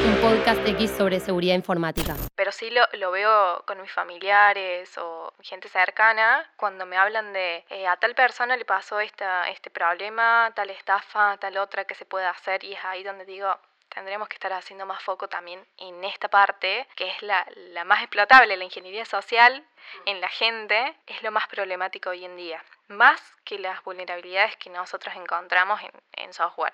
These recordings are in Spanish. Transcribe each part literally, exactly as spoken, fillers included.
un podcast X sobre seguridad informática. Pero sí lo, lo veo con mis familiares o gente cercana cuando me hablan de eh, a tal persona le pasó esta, este problema, tal estafa, tal otra que se puede hacer, y es ahí donde digo, tendremos que estar haciendo más foco también en esta parte, que es la, la más explotable, la ingeniería social en la gente, es lo más problemático hoy en día, más que las vulnerabilidades que nosotros encontramos en, en software.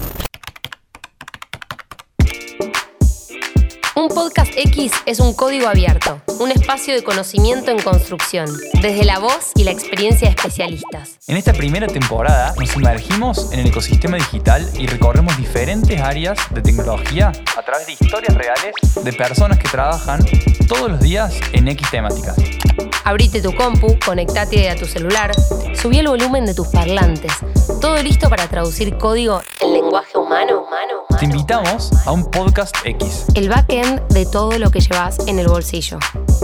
Un podcast X es un código abierto, un espacio de conocimiento en construcción, desde la voz y la experiencia de especialistas. En esta primera temporada nos sumergimos en el ecosistema digital y recorremos diferentes áreas de tecnología a través de historias reales de personas que trabajan todos los días en X temáticas. Abrite tu compu, conectate a tu celular, subí el volumen de tus parlantes, todo listo para traducir código en lenguaje humano, humano. Te invitamos a un podcast X. El backend de todo lo que llevas en el bolsillo.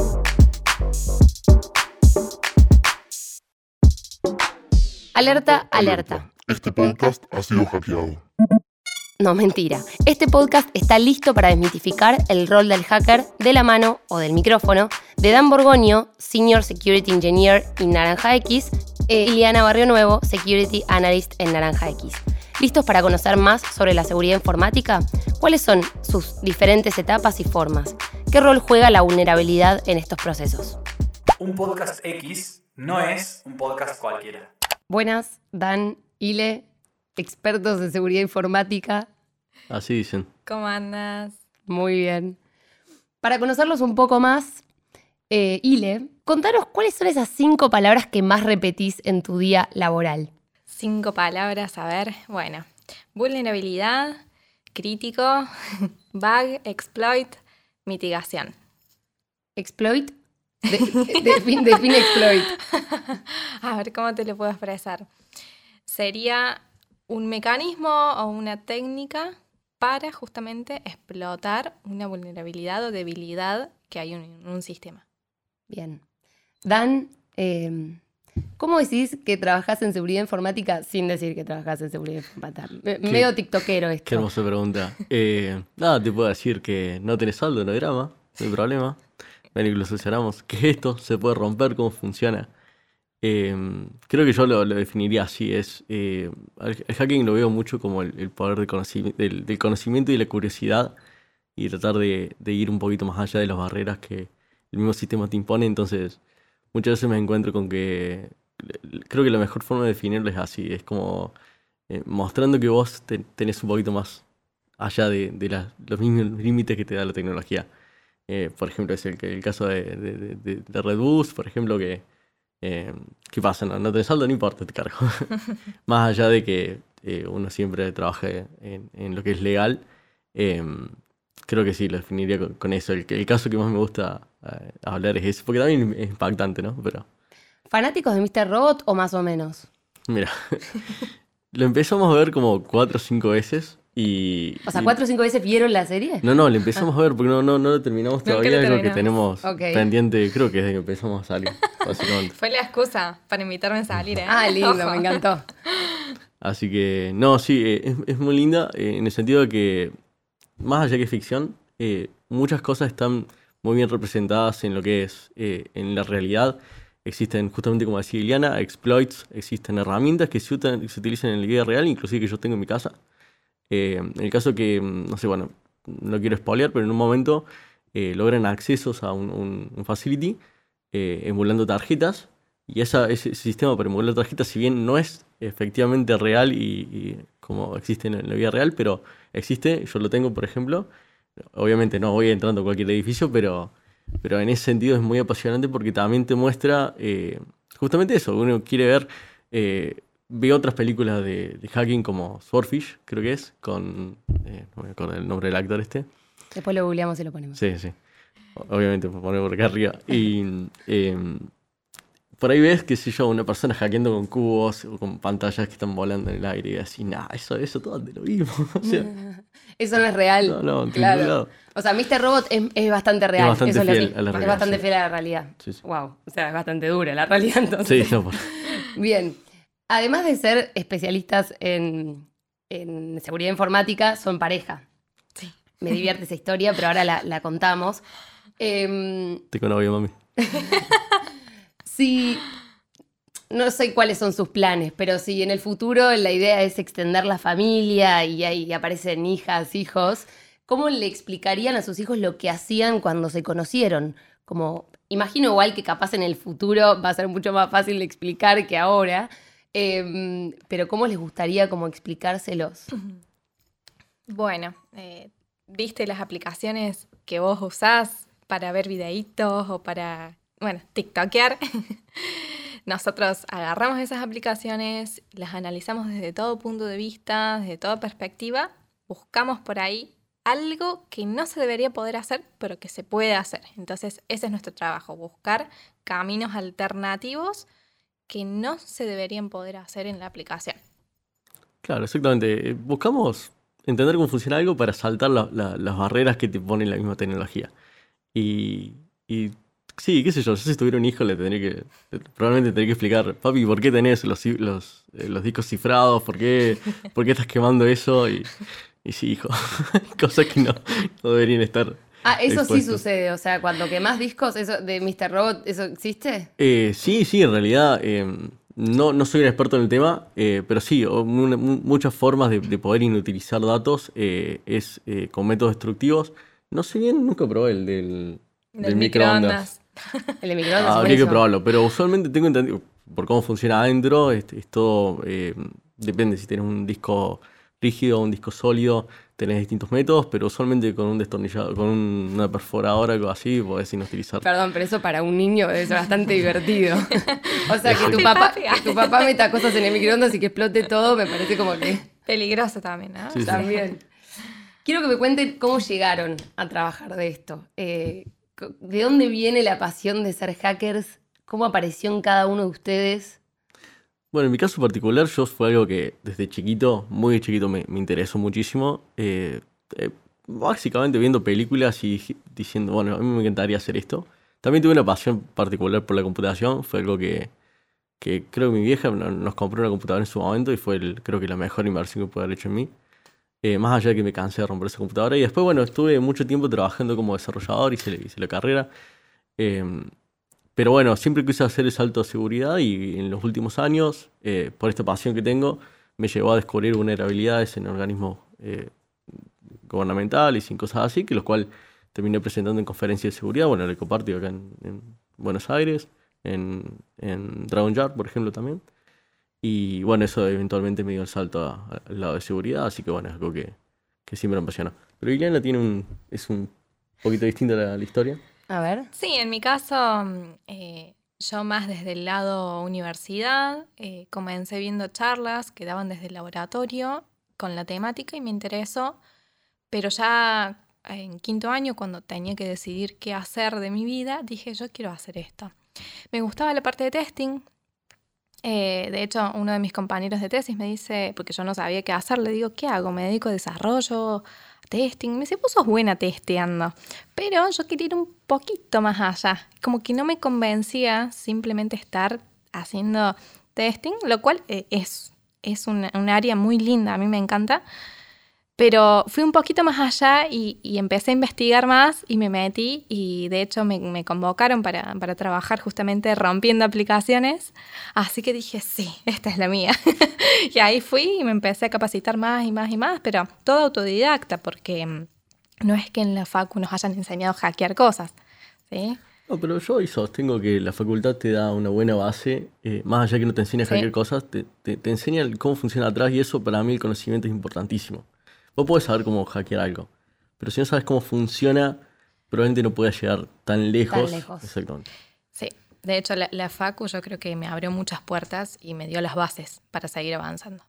Alerta, alerta. Este podcast ha sido hackeado. No, mentira. Este podcast está listo para desmitificar el rol del hacker de la mano o del micrófono de Dan Borgoño, Senior Security Engineer en Naranja X, e Ileana Barrio Nuevo, Security Analyst en Naranja X. ¿Listos para conocer más sobre la seguridad informática? ¿Cuáles son sus diferentes etapas y formas? ¿Qué rol juega la vulnerabilidad en estos procesos? Un podcast X no es un podcast cualquiera. Buenas, Dan, Ile, expertos en seguridad informática. Así dicen. ¿Cómo andas? Muy bien. Para conocerlos un poco más, eh, Ile, contanos cuáles son esas cinco palabras que más repetís en tu día laboral. Cinco palabras, a ver, bueno, vulnerabilidad, crítico, bug, exploit, mitigación. ¿Exploit? De, define, define exploit. A ver, ¿cómo te lo puedo expresar? Sería un mecanismo o una técnica para justamente explotar una vulnerabilidad o debilidad que hay en un sistema. Bien. Dan, eh, ¿cómo decís que trabajás en seguridad informática sin decir que trabajás en seguridad informática? Me, medio tiktokero esto. Qué hermosa pregunta. Eh, nada, te puedo decir que no tenés saldo, no hay drama, no hay problema. Ven y lo solucionamos. ¿Qué es esto? ¿Se puede romper? ¿Cómo funciona? Eh, creo que yo lo, lo definiría así. Es, eh, el, el hacking lo veo mucho como el, el poder de conoci- del, del conocimiento y la curiosidad y tratar de, de ir un poquito más allá de las barreras que el mismo sistema te impone. Entonces, muchas veces me encuentro con que creo que la mejor forma de definirlo es así. Es como eh, mostrando que vos te, tenés un poquito más allá de, de la, los mismos límites que te da la tecnología. Eh, por ejemplo, es el, el caso de, de, de, de Redboost, por ejemplo, que eh, ¿qué pasa? No, no te saldo, no importa, te cargo. Más allá de que eh, uno siempre trabaje en, en lo que es legal, eh, creo que sí, lo definiría con, con eso. El, el caso que más me gusta eh, hablar es ese, porque también es impactante, ¿no? Pero ¿fanáticos de míster Robot o más o menos? mira, lo empezamos a ver como cuatro o cinco veces. Y, O sea, y- ¿cuatro o cinco veces vieron la serie? No, no, lo empezamos a ver porque no, no, no lo terminamos Nunca todavía. lo Es algo que terminamos. tenemos Ok. pendiente, creo que desde que empezamos a salir, básicamente. Fue la excusa para invitarme a salir, ¿eh? Ah, lindo, Ojo. me encantó. Así que, no, sí, eh, es, es muy linda eh, en el sentido de que, más allá que es ficción, eh, muchas cosas están muy bien representadas en lo que es, eh, en la realidad. Existen, justamente como decía Ileana, exploits, existen herramientas que se, utan- que se utilizan en la vida real, inclusive que yo tengo en mi casa. Eh, en el caso que, no sé, bueno, no quiero spoilear, pero en un momento eh, logran accesos a un, un, un facility eh, emulando tarjetas. Y esa, ese sistema para emular tarjetas, si bien no es efectivamente real y, y como existe en la vida real, pero existe, yo lo tengo, por ejemplo. Obviamente no voy entrando a cualquier edificio, pero, pero en ese sentido es muy apasionante porque también te muestra eh, justamente eso. Uno quiere ver, eh, ve otras películas de, de hacking como Swordfish, creo que es, con, eh, no me acuerdo el nombre del actor este. Después lo googleamos y lo ponemos. Sí, sí. Obviamente, por poner por acá arriba. Y eh, por ahí ves, qué sé yo, una persona hackeando con cubos o con pantallas que están volando en el aire y así, nah, eso, eso todo te lo vimos. O sea, Eso no es real. no, no, en ningún claro. lado. O sea, míster Robot es, es bastante real. Es bastante eso lo fiel sé. a la Es realidad, bastante sí. fiel a la realidad. Sí, sí. Wow. O sea, es bastante dura la realidad entonces. Sí, no, por... Bien. Además de ser especialistas en, en seguridad informática, son pareja. Sí. me divierte esa historia, pero ahora la, la contamos. Eh, Tengo novio, mami. sí, no sé cuáles son sus planes, pero si en el futuro la idea es extender la familia y ahí aparecen hijas, hijos, ¿cómo le explicarían a sus hijos lo que hacían cuando se conocieron? Como, imagino igual que capaz en el futuro va a ser mucho más fácil de explicar que ahora, eh, pero ¿cómo les gustaría como explicárselos? Bueno, eh, ¿viste las aplicaciones que vos usás para ver videitos o para, bueno, tiktokear? Nosotros agarramos esas aplicaciones, las analizamos desde todo punto de vista, desde toda perspectiva, buscamos por ahí algo que no se debería poder hacer, pero que se puede hacer. Entonces, ese es nuestro trabajo, buscar caminos alternativos que no se deberían poder hacer en la aplicación. Claro, exactamente. Buscamos entender cómo funciona algo para saltar la, la, las barreras que te pone la misma tecnología. Y, y sí, qué sé yo, yo si tuviera un hijo le tendría que, probablemente tendría que explicar, papi, ¿por qué tenés los, los, los discos cifrados? ¿Por qué, ¿por qué estás quemando eso? Y, y sí, hijo, cosas que no, no deberían estar. Ah, eso expuestas. Sí sucede, o sea, cuando quemás discos eso de míster Robot, ¿eso existe? Eh, sí, sí, en realidad eh, no, no soy un experto en el tema, eh, pero sí, una, muchas formas de, de poder inutilizar datos eh, es eh, con métodos destructivos. No sé bien, nunca probé el del, del, Del microondas. microondas. El de microondas. Ah, por habría que eso. probarlo, pero usualmente tengo entendido, por cómo funciona adentro, es, es todo, eh, depende si tienes un disco rígido o un disco sólido, tenés distintos métodos, pero usualmente con un destornillador, con un, una perforadora o algo así, podés inutilizar. Perdón, pero eso para un niño es bastante divertido. O sea, que tu papá, que tu papá meta cosas en el microondas y que explote todo, me parece como que Peligroso también, ¿no? Sí, sí. también. Quiero que me cuenten cómo llegaron a trabajar de esto. Eh, ¿De dónde viene la pasión de ser hackers? ¿Cómo apareció en cada uno de ustedes? Bueno, en mi caso particular, yo fue algo que desde chiquito, muy chiquito, me, me interesó muchísimo. Eh, eh, básicamente viendo películas y diciendo, bueno, a mí me encantaría hacer esto. También tuve una pasión particular por la computación. Fue algo que, que creo que mi vieja nos compró una computadora en su momento y fue el, creo que la mejor inversión que puede haber hecho en mí. Eh, más allá de que me cansé de romper esa computadora. Y después, bueno, estuve mucho tiempo trabajando como desarrollador, hice, hice la carrera. Eh, Pero bueno, siempre quise hacer el salto de seguridad y en los últimos años, eh, por esta pasión que tengo, me llevó a descubrir vulnerabilidades en organismos eh, gubernamentales y cosas así, que los cuales terminé presentando en conferencias de seguridad, bueno, en el Ecoparty acá en, en Buenos Aires, en, en Dragon Yard, por ejemplo, también. Y bueno, eso eventualmente me dio el salto a- a- al lado de seguridad, así que bueno, es algo que, que siempre me apasionó. Pero Ileana tiene un, es un poquito distinta la, la historia. A ver. Sí, en mi caso, eh, yo más desde el lado universidad, eh, comencé viendo charlas que daban desde el laboratorio con la temática y me interesó, pero ya en quinto año, cuando tenía que decidir qué hacer de mi vida, dije, yo quiero hacer esto. Me gustaba la parte de testing. Eh, de hecho, uno de mis compañeros de tesis me dice, porque yo no sabía qué hacer, le digo, ¿qué hago? ¿Me dedico a desarrollo, testing? Me dice, vos sos buena testeando. Pero yo quería ir un poquito más allá. Como que no me convencía simplemente estar haciendo testing, lo cual eh, es, es un, un área muy linda, a mí me encanta. Pero fui un poquito más allá y, y empecé a investigar más y me metí y de hecho me, me convocaron para, para trabajar justamente rompiendo aplicaciones. Así que dije, sí, esta es la mía. Y ahí fui y me empecé a capacitar más y más y más, pero todo autodidacta porque mm, no es que en la facu nos hayan enseñado a hackear cosas, ¿sí? No, pero yo hoy sostengo que la facultad te da una buena base, eh, más allá de que no te enseña a Sí. hackear cosas, te, te, te enseña el- cómo funciona atrás y eso para mí el conocimiento es importantísimo. Vos podés saber cómo hackear algo, pero si no sabes cómo funciona, probablemente no puedas llegar tan lejos. Tan lejos. Exactamente. Sí, de hecho la, la facu yo creo que me abrió muchas puertas y me dio las bases para seguir avanzando.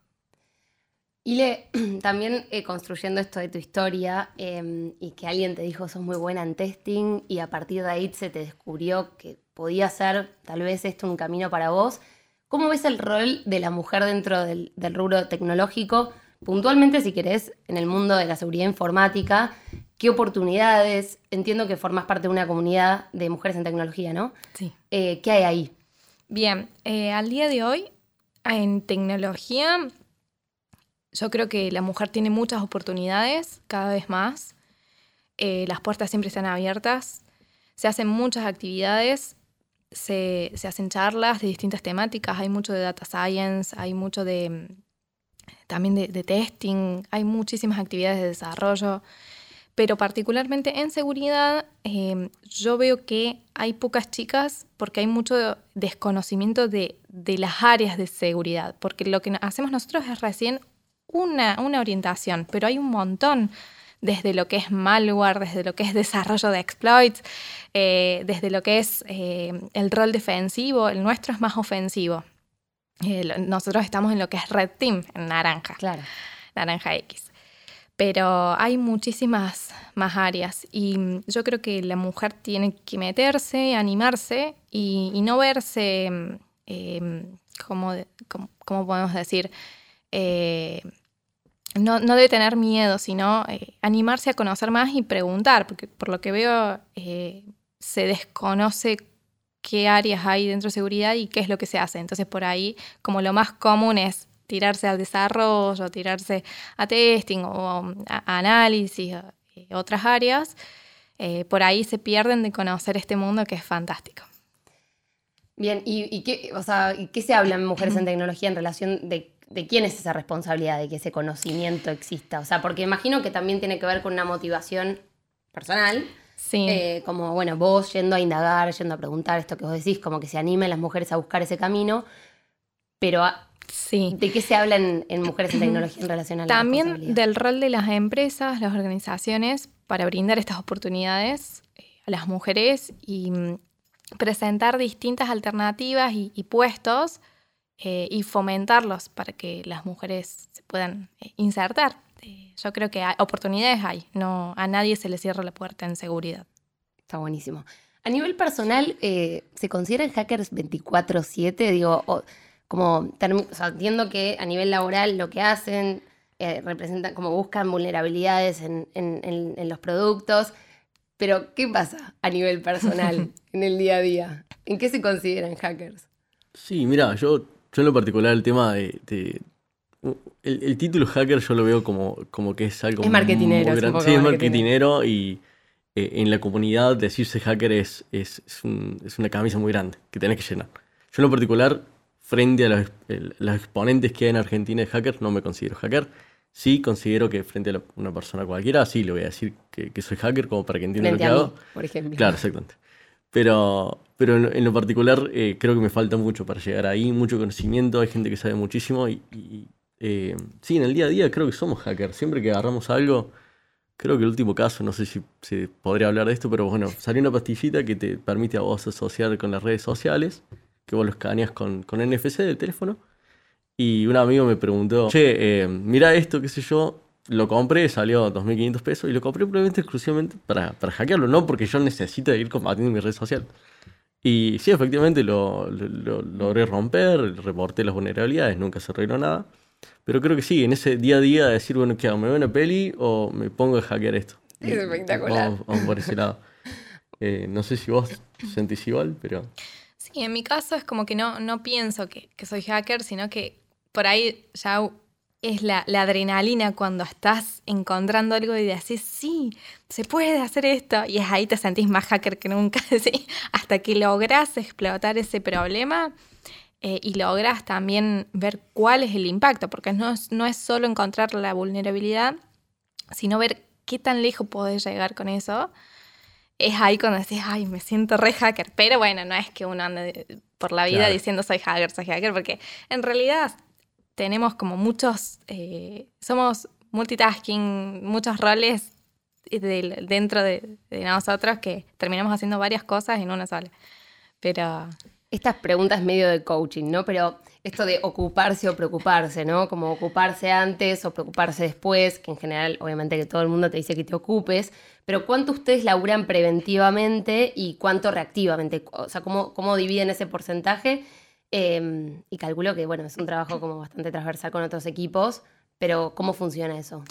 Ile, también eh, construyendo esto de tu historia eh, y que alguien te dijo sos muy buena en testing y a partir de ahí se te descubrió que podía ser tal vez esto un camino para vos. ¿Cómo ves el rol de la mujer dentro del, del rubro tecnológico? Puntualmente, si querés, en el mundo de la seguridad informática, ¿qué oportunidades? Entiendo que formás parte de una comunidad de mujeres en tecnología, ¿no? Sí. Eh, ¿Qué hay ahí? Bien, eh, al día de hoy en tecnología yo creo que la mujer tiene muchas oportunidades cada vez más. eh, las puertas siempre están abiertas, se hacen muchas actividades, se, se hacen charlas de distintas temáticas, hay mucho de data science, hay mucho de también de, de testing, hay muchísimas actividades de desarrollo, pero particularmente en seguridad eh, yo veo que hay pocas chicas porque hay mucho desconocimiento de, de las áreas de seguridad, porque lo que hacemos nosotros es recién una, una orientación, pero hay un montón, desde lo que es malware, desde lo que es desarrollo de exploits, eh, desde lo que es eh, el rol defensivo. El nuestro es más ofensivo. Eh, nosotros estamos en lo que es Red Team, en naranja, Claro. naranja X. Pero hay muchísimas más áreas y yo creo que la mujer tiene que meterse, animarse y, y no verse, eh, ¿cómo, cómo, cómo podemos decir? Eh, no, no debe tener miedo, sino eh, animarse a conocer más y preguntar, porque por lo que veo eh, se desconoce qué áreas hay dentro de seguridad y qué es lo que se hace. Entonces por ahí, como lo más común es tirarse al desarrollo, tirarse a testing o a, a análisis, a, a otras áreas, eh, por ahí se pierden de conocer este mundo que es fantástico. Bien, ¿y, y, qué, o sea, ¿y qué se habla en Mujeres en Tecnología en relación de, de quién es esa responsabilidad de que ese conocimiento exista? O sea, porque imagino que también tiene que ver con una motivación personal. Sí. Eh, como, bueno, vos yendo a indagar, yendo a preguntar esto que vos decís, como que se animen las mujeres a buscar ese camino, pero a, sí. ¿de qué se habla en, en Mujeres en Tecnología en relación a la También responsabilidad? del rol de las empresas, las organizaciones, para brindar estas oportunidades eh, a las mujeres y mm, presentar distintas alternativas y, y puestos eh, y fomentarlos para que las mujeres se puedan eh, insertar. Yo creo que hay, oportunidades hay, no, a nadie se le cierra la puerta en seguridad. Está buenísimo. A nivel personal, eh, ¿se consideran hackers veinticuatro siete? Digo, o, como, term- o sea, entiendo que a nivel laboral lo que hacen, eh, representan, como buscan vulnerabilidades en, en, en, en los productos, pero ¿qué pasa a nivel personal en el día a día? ¿En qué se consideran hackers? Sí, mira, yo, yo en lo particular el tema de... de el, el título hacker yo lo veo como, como que es algo Es marketinero, muy es un grande. poco Sí, es marketinero. marketinero y eh, en la comunidad decirse hacker es, es, es, un- es una camisa muy grande que tenés que llenar. Yo en lo particular, frente a los, el- los exponentes que hay en Argentina de hackers, no me considero hacker. Sí considero que frente a la- una persona cualquiera, sí le voy a decir que, que soy hacker como para que entienda lo Frente que a mí, hago. por ejemplo. Claro, exactamente. Pero, pero en, en lo particular eh, creo que me falta mucho para llegar ahí, mucho conocimiento, hay gente que sabe muchísimo y, y, eh, sí, en el día a día creo que somos hackers. Siempre que agarramos algo, creo que el último caso, no sé si se podría hablar de esto, pero bueno, salió una pastillita que te permite a vos asociar con las redes sociales, que vos lo escaneas con, con N F C del teléfono. Y un amigo me preguntó, che, eh, mira esto, qué sé yo, lo compré, salió dos mil quinientos pesos y lo compré probablemente exclusivamente para, para hackearlo, no porque yo necesite ir combatiendo mi red social. Y sí, efectivamente lo, lo, lo logré romper, reporté las vulnerabilidades, nunca se arregló nada. Pero creo que sí, en ese día a día de decir, bueno, ¿qué hago? ¿Me veo una peli o me pongo a hackear esto? Es Y espectacular. Vamos, vamos por ese lado. Eh, no sé si vos sentís igual, pero... Sí, en mi caso es como que no, no pienso que, que soy hacker, sino que por ahí ya es la, la adrenalina cuando estás encontrando algo y decís, sí, se puede hacer esto. Y es ahí te sentís más hacker que nunca, ¿sí? Hasta que lográs explotar ese problema eh, y lográs también ver cuál es el impacto, porque no es, no es solo encontrar la vulnerabilidad, sino ver qué tan lejos podés llegar con eso. Es ahí cuando decís, ay, me siento re hacker. Pero bueno, no es que uno ande por la vida Claro. diciendo soy hacker, soy hacker, porque en realidad tenemos como muchos, eh, somos multitasking, muchos roles de, dentro de, de nosotros que terminamos haciendo varias cosas en una sola. Pero Estas preguntas medio de coaching, ¿no? Pero esto de ocuparse o preocuparse, ¿no? Como ocuparse antes o preocuparse después, que en general, obviamente que todo el mundo te dice que te ocupes, pero ¿cuánto ustedes laburan preventivamente y cuánto reactivamente? O sea, ¿cómo, cómo dividen ese porcentaje? Eh, y calculo que, bueno, es un trabajo como bastante transversal con otros equipos, pero ¿cómo funciona eso?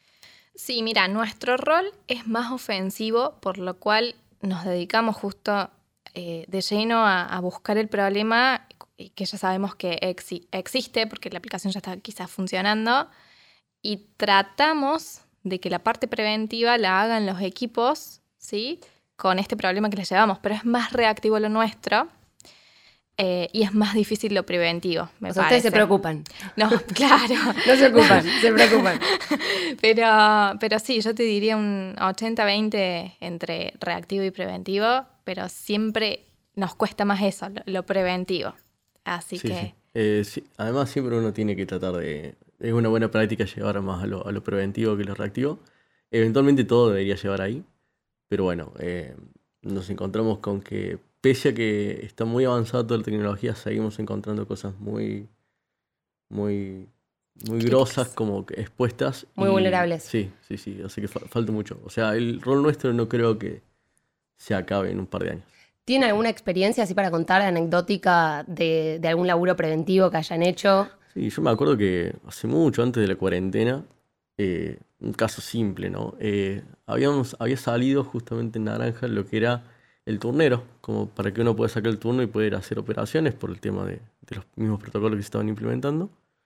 sí, mira, nuestro rol es más ofensivo, por lo cual nos dedicamos justo eh, de lleno a, a buscar el problema y que ya sabemos que exi- existe porque la aplicación ya está quizás funcionando y tratamos de que la parte preventiva la hagan los equipos, ¿sí? Con este problema que les llevamos, pero es más reactivo lo nuestro eh, y es más difícil lo preventivo, me o sea, parece. ustedes se preocupan. No, claro. No se ocupan, se preocupan. Pero, pero sí, yo te diría un ochenta veinte entre reactivo y preventivo, pero siempre nos cuesta más eso, lo, lo preventivo. Así Sí, que... sí. Eh, sí, además siempre uno tiene que tratar de... Es una buena práctica llevar más a lo, a lo preventivo que lo reactivo. Eventualmente todo debería llevar ahí. Pero bueno, eh, nos encontramos con que pese a que está muy avanzada toda la tecnología, seguimos encontrando cosas muy, muy, muy grosas como que expuestas. Muy y- vulnerables. Sí, sí, sí, así que fa- falta mucho. O sea, el rol nuestro no creo que se acabe en un par de años. ¿Tienen alguna experiencia así para contar, anecdótica, de, de algún laburo preventivo que hayan hecho? Sí, yo me acuerdo que hace mucho, antes de la cuarentena, eh, un caso simple, ¿no? Eh, habíamos, había salido justamente en Naranja lo que era el turnero, como para que uno pueda sacar el turno y poder hacer operaciones por el tema de, de los mismos protocolos que se estaban implementando.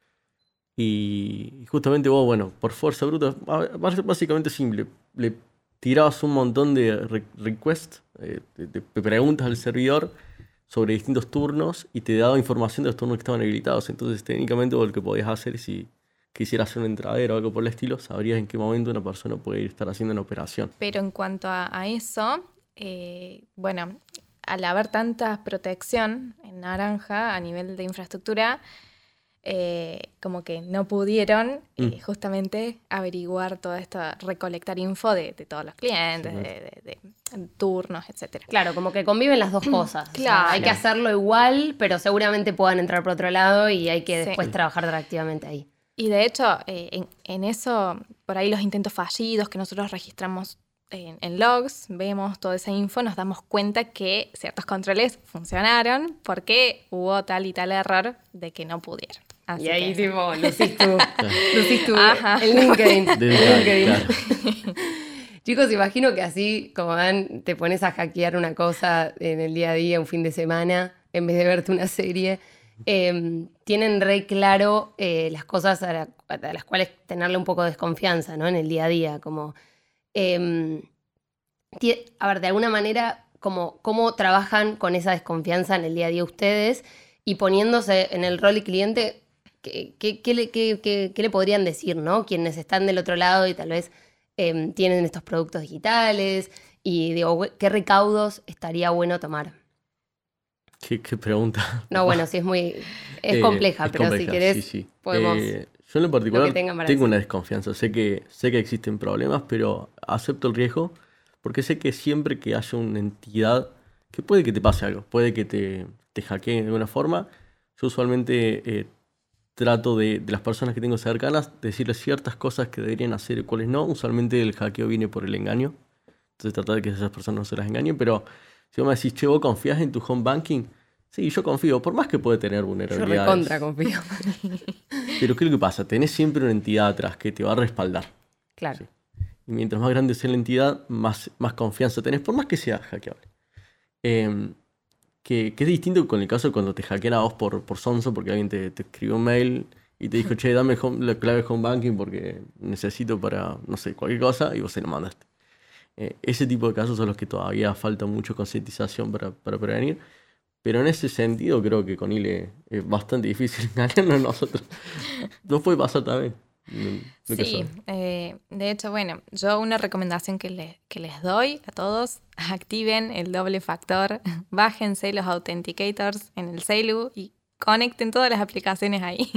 Y justamente vos, bueno, por fuerza bruta, a- bás- básicamente simple, le tirabas un montón de re- requests, eh, de, de preguntas al servidor sobre distintos turnos y te daba información de los turnos que estaban habilitados. Entonces, técnicamente, vos lo que podías hacer, si quisieras hacer un entradero o algo por el estilo, sabrías en qué momento una persona puede estar haciendo una operación. Pero en cuanto a, a eso, eh, bueno, al haber tanta protección en Naranja a nivel de infraestructura, eh, como que no pudieron eh, Mm. justamente averiguar todo esto, recolectar info de, de todos los clientes, Sí, de, de- de turnos, etcétera. Claro, como que conviven las dos cosas. O sea, Claro. hay que hacerlo igual, pero seguramente puedan entrar por otro lado y hay que Sí. después trabajar reactivamente ahí. Y de hecho, eh, en, en eso, por ahí los intentos fallidos que nosotros registramos en, en logs, vemos toda esa info, nos damos cuenta que ciertos controles funcionaron porque hubo tal y tal error de que no pudieron. Así y ahí, que- tipo, lucís tú, lucís tú Ajá. el LinkedIn. Desde el LinkedIn. claro. Chicos, imagino que así, como Dan, te pones a hackear una cosa en el día a día, un fin de semana, en vez de verte una serie. Eh, tienen re claro eh, las cosas a, la- a las cuales tenerle un poco de desconfianza, ¿no? En el día a día, como... eh, ti- a ver, de alguna manera, como, ¿cómo trabajan con esa desconfianza en el día a día ustedes? Y poniéndose en el rol de cliente, ¿qué, qué- qué le, qué- qué- qué le podrían decir, ¿no? Quienes están del otro lado y tal vez eh, tienen estos productos digitales y digo, ¿qué recaudos estaría bueno tomar? ¿Qué, qué pregunta? No, bueno, sí es muy... Es Eh, compleja, es pero si compleja, querés sí, sí. podemos... Eh, yo en lo particular lo que tengan para tengo decir. una desconfianza. Sé que, sé que existen problemas, pero acepto el riesgo porque sé que siempre que haya una entidad, que puede que te pase algo, puede que te, te hackeen de alguna forma, yo usualmente eh, trato de, de las personas que tengo cercanas, decirles ciertas cosas que deberían hacer y cuáles no. Usualmente el hackeo viene por el engaño, entonces tratar de que esas personas no se las engañen, pero si vos me decís, che, ¿vos confías en tu home banking? Sí, yo confío, por más que puede tener Yo vulnerabilidades. recontra confío. Pero ¿qué es lo que pasa? Tenés siempre una entidad atrás que te va a respaldar. Claro. Sí. Y mientras más grande sea la entidad, más, más confianza tenés, por más que sea hackeable. Eh, que, que es distinto con el caso de cuando te hackean a vos por, por sonso, porque alguien te, te escribió un mail y te dijo, che, dame el home- la clave de home banking porque necesito para, no sé, cualquier cosa, y vos se lo mandaste. Eh, ese tipo de casos son los que todavía falta mucho concientización para, para prevenir. Pero en ese sentido creo que con I L E es bastante difícil engañarnos nosotros. Nos puede pasar también. No- nunca Sí, sabe. eh, de hecho, bueno, yo una recomendación que, le- que les doy a todos, activen el doble factor, bájense los authenticators en el celu y conecten todas las aplicaciones ahí.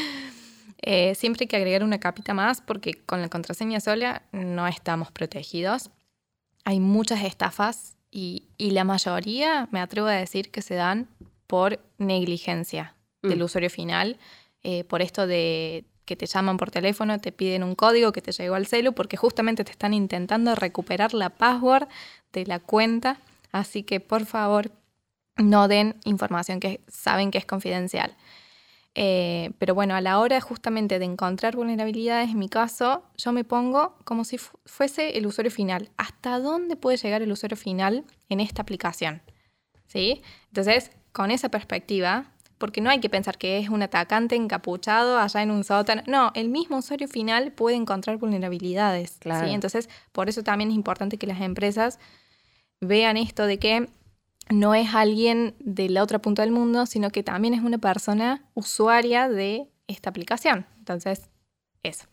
Eh, siempre hay que agregar una capita más porque con la contraseña sola no estamos protegidos. Hay muchas estafas y, y la mayoría, me atrevo a decir, que se dan por negligencia del Mm. usuario final, eh, por esto de que te llaman por teléfono, te piden un código que te llegó al celu porque justamente te están intentando recuperar la password de la cuenta. Así que, por favor, no den información que saben que es confidencial. Eh, pero bueno, a la hora justamente de encontrar vulnerabilidades, en mi caso, yo me pongo como si fu- fuese el usuario final. ¿Hasta dónde puede llegar el usuario final en esta aplicación? ¿Sí? Entonces, con esa perspectiva, porque no hay que pensar que es un atacante encapuchado allá en un sótano. No, el mismo usuario final puede encontrar vulnerabilidades. Claro. ¿sí? Entonces, por eso también es importante que las empresas vean esto de que no es alguien de la otra punta del mundo, sino que también es una persona usuaria de esta aplicación. Entonces, eso.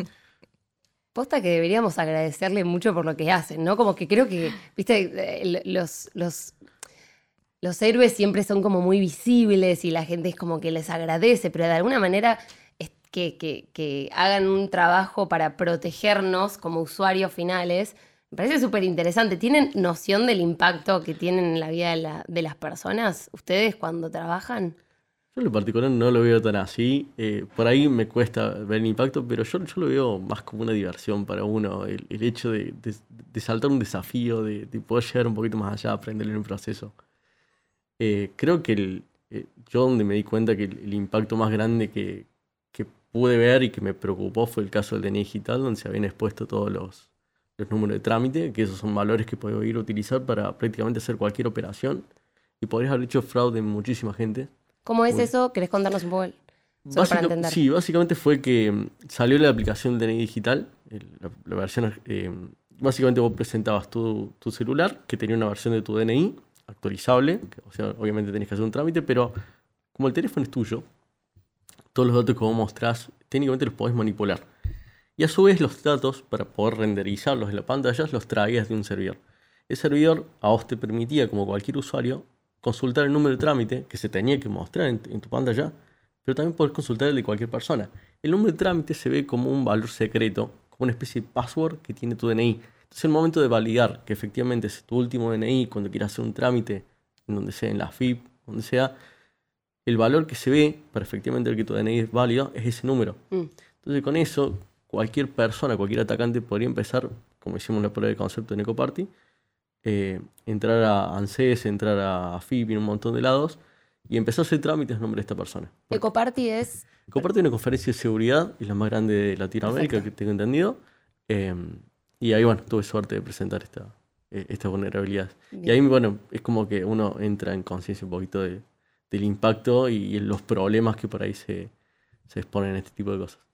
Posta que deberíamos agradecerle mucho por lo que hacen, ¿no? Como que creo que, viste, los, los, los héroes siempre son como muy visibles y la gente es como que les agradece, pero de alguna manera es que, que, que hagan un trabajo para protegernos como usuarios finales. Me parece súper interesante. ¿Tienen noción del impacto que tienen en la vida de, la, de las personas ustedes cuando trabajan? Yo en lo particular no lo veo tan así. Eh, por ahí me cuesta ver el impacto, pero yo, yo lo veo más como una diversión para uno. El, el hecho de, de, de saltar un desafío, de, de poder llegar un poquito más allá, aprender en un proceso. Eh, creo que el, eh, yo donde me di cuenta que el, el impacto más grande que, que pude ver y que me preocupó fue el caso del D N I digital, donde se habían expuesto todos los... los números de trámite, que esos son valores que puedo ir a utilizar para prácticamente hacer cualquier operación y podrías haber hecho fraude en muchísima gente. ¿Cómo es Uy. eso? ¿Querés contarnos un poco? Solo Básica- para entender. Sí, básicamente fue que mm, salió la aplicación del D N I digital, el- la, la versión, eh, básicamente vos presentabas tu, tu celular, que tenía una versión de tu D N I actualizable, que, o sea, obviamente tenés que hacer un trámite, pero como el teléfono es tuyo, todos los datos que vos mostrás, técnicamente los podés manipular. Y a su vez los datos, para poder renderizarlos en la pantalla, los traías de un servidor. El servidor a vos te permitía, como cualquier usuario, consultar el número de trámite que se tenía que mostrar en, en tu pantalla, pero también poder consultar el de cualquier persona. El número de trámite se ve como un valor secreto, como una especie de password que tiene tu D N I. Entonces, el momento de validar que efectivamente es tu último D N I, cuando quieras hacer un trámite, en donde sea, en la F I P, donde sea, el valor que se ve para efectivamente ver que tu D N I es válido es ese número. Mm. Entonces, con eso, cualquier persona, cualquier atacante podría empezar, como hicimos en la prueba de concepto en EcoParty, eh, entrar a ANSES, entrar a F I P y un montón de lados y empezar a hacer trámites en nombre de esta persona. Ecoparty es... EcoParty es una conferencia de seguridad, es la más grande de Latinoamérica, Perfecto. que tengo entendido. Eh, y ahí, bueno, tuve suerte de presentar esta, eh, estas vulnerabilidades. Bien. Y ahí, bueno, es como que uno entra en conciencia un poquito de, del impacto y, y los problemas que por ahí se, se exponen en este tipo de cosas.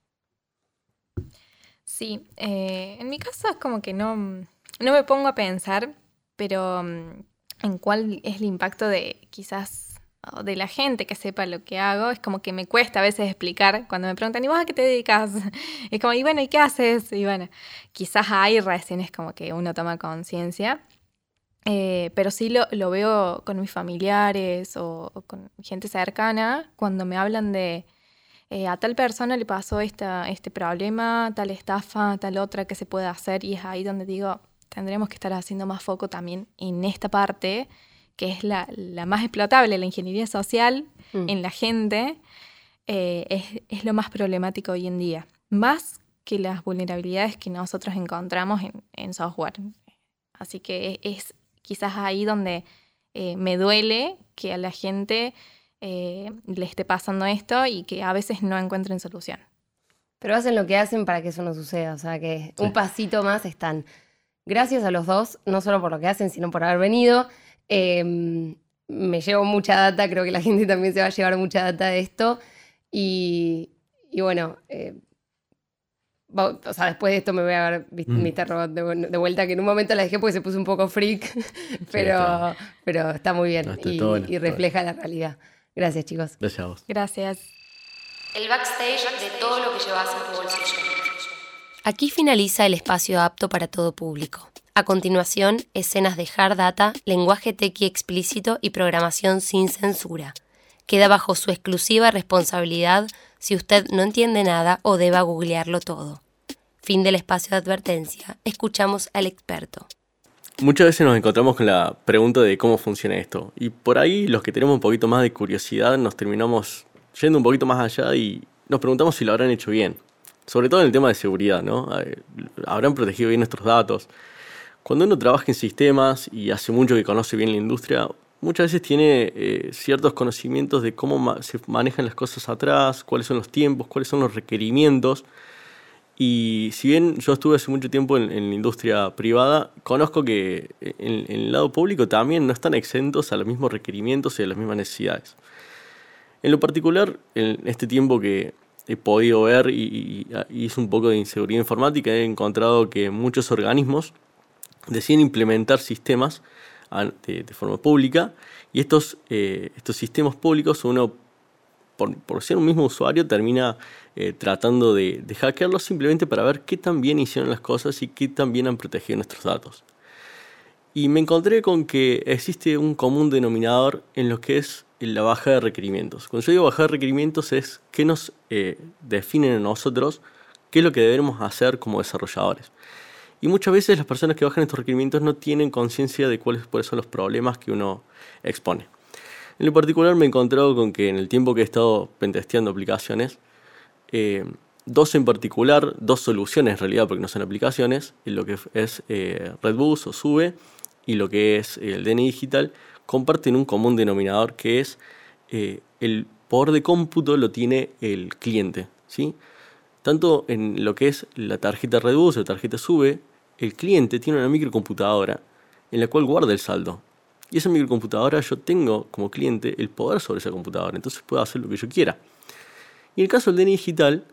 Sí, eh, en mi caso es como que no, no me pongo a pensar, pero mm, en cuál es el impacto de quizás o de la gente que sepa lo que hago. Es como que me cuesta a veces explicar cuando me preguntan, ¿y vos a qué te dedicas? Es como, y bueno, ¿y qué haces? Y bueno, quizás ahí recién es como que uno toma conciencia. Eh, pero sí lo, lo veo con mis familiares o, o con gente cercana cuando me hablan de eh, a tal persona le pasó esta, este problema, tal estafa, tal otra que se puede hacer, y es ahí donde digo, tendremos que estar haciendo más foco también en esta parte, que es la, la más explotable, la ingeniería social Mm. en la gente, eh, es, es lo más problemático hoy en día, más que las vulnerabilidades que nosotros encontramos en, en software. Así que es quizás ahí donde eh, me duele que a la gente eh, le esté pasando esto y que a veces no encuentren solución. Pero hacen lo que hacen para que eso no suceda. O sea que Sí. un pasito más están. Gracias a los dos, no solo por lo que hacen, sino por haber venido. Eh, me llevo mucha data, creo que la gente también se va a llevar mucha data de esto. Y, y bueno, eh, va- o sea, después de esto me voy a ver vi- Mm. mister Robot de, vu- de vuelta, que en un momento la dejé porque se puso un poco freak, pero, está. pero está muy bien No, está y, todo bueno, y todo refleja la realidad. Gracias, chicos. Gracias a vos. Gracias. El backstage de todo lo que llevas en tu bolsillo. Aquí finaliza el espacio apto para todo público. A continuación, escenas de hard data, lenguaje tequi explícito y programación sin censura. Queda bajo su exclusiva responsabilidad si usted no entiende nada o deba googlearlo todo. Fin del espacio de advertencia. Escuchamos al experto. Muchas veces nos encontramos con la pregunta de cómo funciona esto. Y por ahí los que tenemos un poquito más de curiosidad nos terminamos yendo un poquito más allá y nos preguntamos si lo habrán hecho bien. Sobre todo en el tema de seguridad, ¿no? Eh, ¿Habrán protegido bien nuestros datos? Cuando uno trabaja en sistemas y hace mucho que conoce bien la industria, muchas veces tiene eh, ciertos conocimientos de cómo ma- se manejan las cosas atrás, cuáles son los tiempos, cuáles son los requerimientos. Y si bien yo estuve hace mucho tiempo en, en la industria privada, conozco que en, en el lado público también no están exentos a los mismos requerimientos y a las mismas necesidades. En lo particular, en este tiempo que he podido ver y, y, y hice un poco de inseguridad informática, he encontrado que muchos organismos deciden implementar sistemas de, de forma pública, y estos, eh, estos sistemas públicos, uno por, por ser un mismo usuario termina eh, tratando de, de hackearlos simplemente para ver qué tan bien hicieron las cosas y qué tan bien han protegido nuestros datos. Y me encontré con que existe un común denominador en lo que es la bajada de requerimientos. Cuando yo digo bajada de requerimientos es qué nos eh, definen a nosotros, qué es lo que debemos hacer como desarrolladores. Y muchas veces las personas que bajan estos requerimientos no tienen conciencia de cuáles, cuáles son los problemas que uno expone. En lo particular me he encontrado con que en el tiempo que he estado pentesteando aplicaciones, eh, dos en particular, dos soluciones en realidad porque no son aplicaciones, lo que es eh, Redbus o Sube y lo que es el D N I digital, comparten un común denominador que es eh, el poder de cómputo lo tiene el cliente, ¿sí? Tanto en lo que es la tarjeta Redbus o la tarjeta Sube, el cliente tiene una microcomputadora en la cual guarda el saldo. Y esa microcomputadora yo tengo como cliente el poder sobre esa computadora, entonces puedo hacer lo que yo quiera. Y en el caso del D N I digital,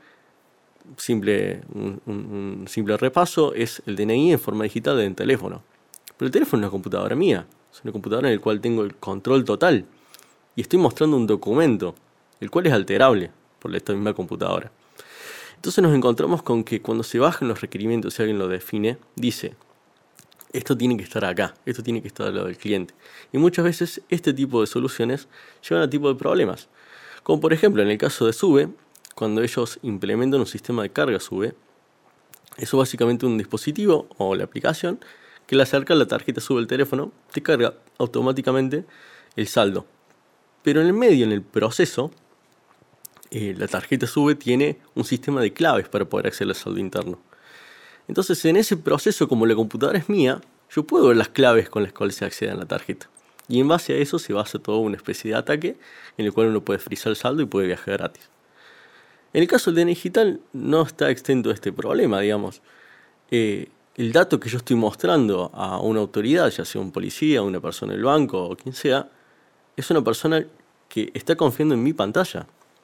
simple, un, un, un simple repaso, es el D N I en forma digital del teléfono. Pero el teléfono es una computadora mía, es una computadora en la cual tengo el control total. Y estoy mostrando un documento, el cual es alterable por esta misma computadora. Entonces nos encontramos con que cuando se bajan los requerimientos, si alguien lo define, dice, esto tiene que estar acá, esto tiene que estar al lado del cliente. Y muchas veces este tipo de soluciones llevan a tipo de problemas. Como por ejemplo en el caso de Sube, cuando ellos implementan un sistema de carga Sube, eso básicamente es un dispositivo o la aplicación que le acerca la tarjeta Sube al teléfono, te carga automáticamente el saldo. Pero en el medio, en el proceso, Eh, la tarjeta Sube tiene un sistema de claves para poder acceder al saldo interno. Entonces, en ese proceso, como la computadora es mía, yo puedo ver las claves con las cuales se accede a la tarjeta. Y en base a eso se basa toda una especie de ataque en el cual uno puede frizar el saldo y puede viajar gratis. En el caso del D N I digital no está exento de este problema, digamos. Eh, el dato que yo estoy mostrando a una autoridad, ya sea un policía, una persona del banco o quien sea, es una persona que está confiando en mi pantalla.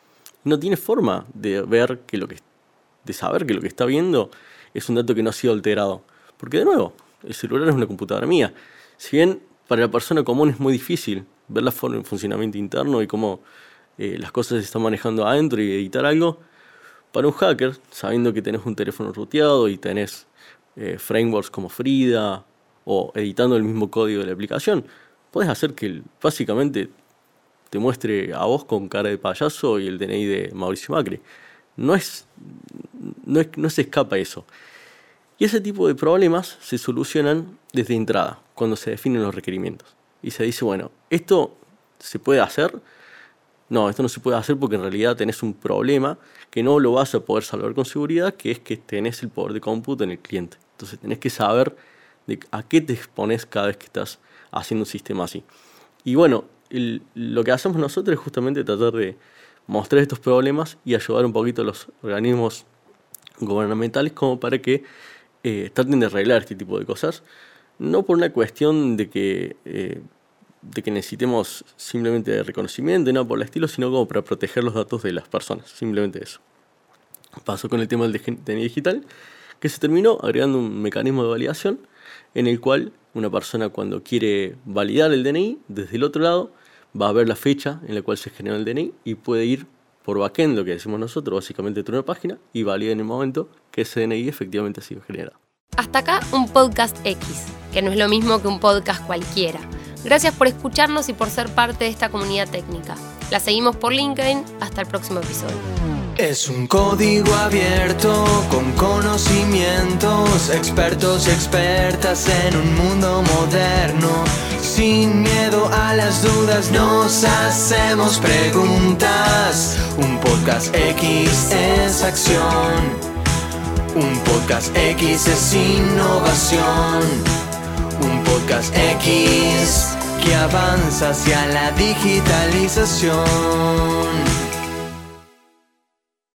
No tiene forma de ver que lo que de saber que lo que está viendo es un dato que no ha sido alterado. Porque de nuevo, el celular es una computadora mía. Si bien para la persona común es muy difícil ver la forma en funcionamiento interno y cómo eh, las cosas se están manejando adentro y editar algo, para un hacker, sabiendo que tenés un teléfono ruteado y tenés eh, frameworks como Frida o editando el mismo código de la aplicación, podés hacer que básicamente te muestre a vos con cara de payaso y el D N I de Mauricio Macri. No es, no es, no se escapa eso. Y ese tipo de problemas se solucionan desde entrada, cuando se definen los requerimientos. Y se dice, bueno, ¿esto se puede hacer? No, esto no se puede hacer porque en realidad tenés un problema que no lo vas a poder salvar con seguridad, que es que tenés el poder de cómputo en el cliente. Entonces tenés que saber de a qué te expones cada vez que estás haciendo un sistema así. Y bueno, el, lo que hacemos nosotros es justamente tratar de mostrar estos problemas y ayudar un poquito a los organismos gubernamentales como para que eh, traten de arreglar este tipo de cosas. No por una cuestión de que, eh, de que necesitemos simplemente de reconocimiento, no por el estilo, sino como para proteger los datos de las personas. Simplemente eso. Pasó con el tema del D N I digital, que se terminó agregando un mecanismo de validación en el cual una persona cuando quiere validar el D N I, desde el otro lado, va a ver la fecha en la cual se generó el D N I y puede ir por backend, lo que decimos nosotros, básicamente dentro de una página, y valida en el momento que ese D N I efectivamente ha sido generado. Hasta acá un podcast X, que no es lo mismo que un podcast cualquiera. Gracias por escucharnos y por ser parte de esta comunidad técnica. La seguimos por LinkedIn. Hasta el próximo episodio. Es un código abierto con conocimientos, expertos y expertas en un mundo moderno. Sin miedo a las dudas nos hacemos preguntas. Un podcast X es acción. Un podcast X es innovación. Un podcast X que avanza hacia la digitalización.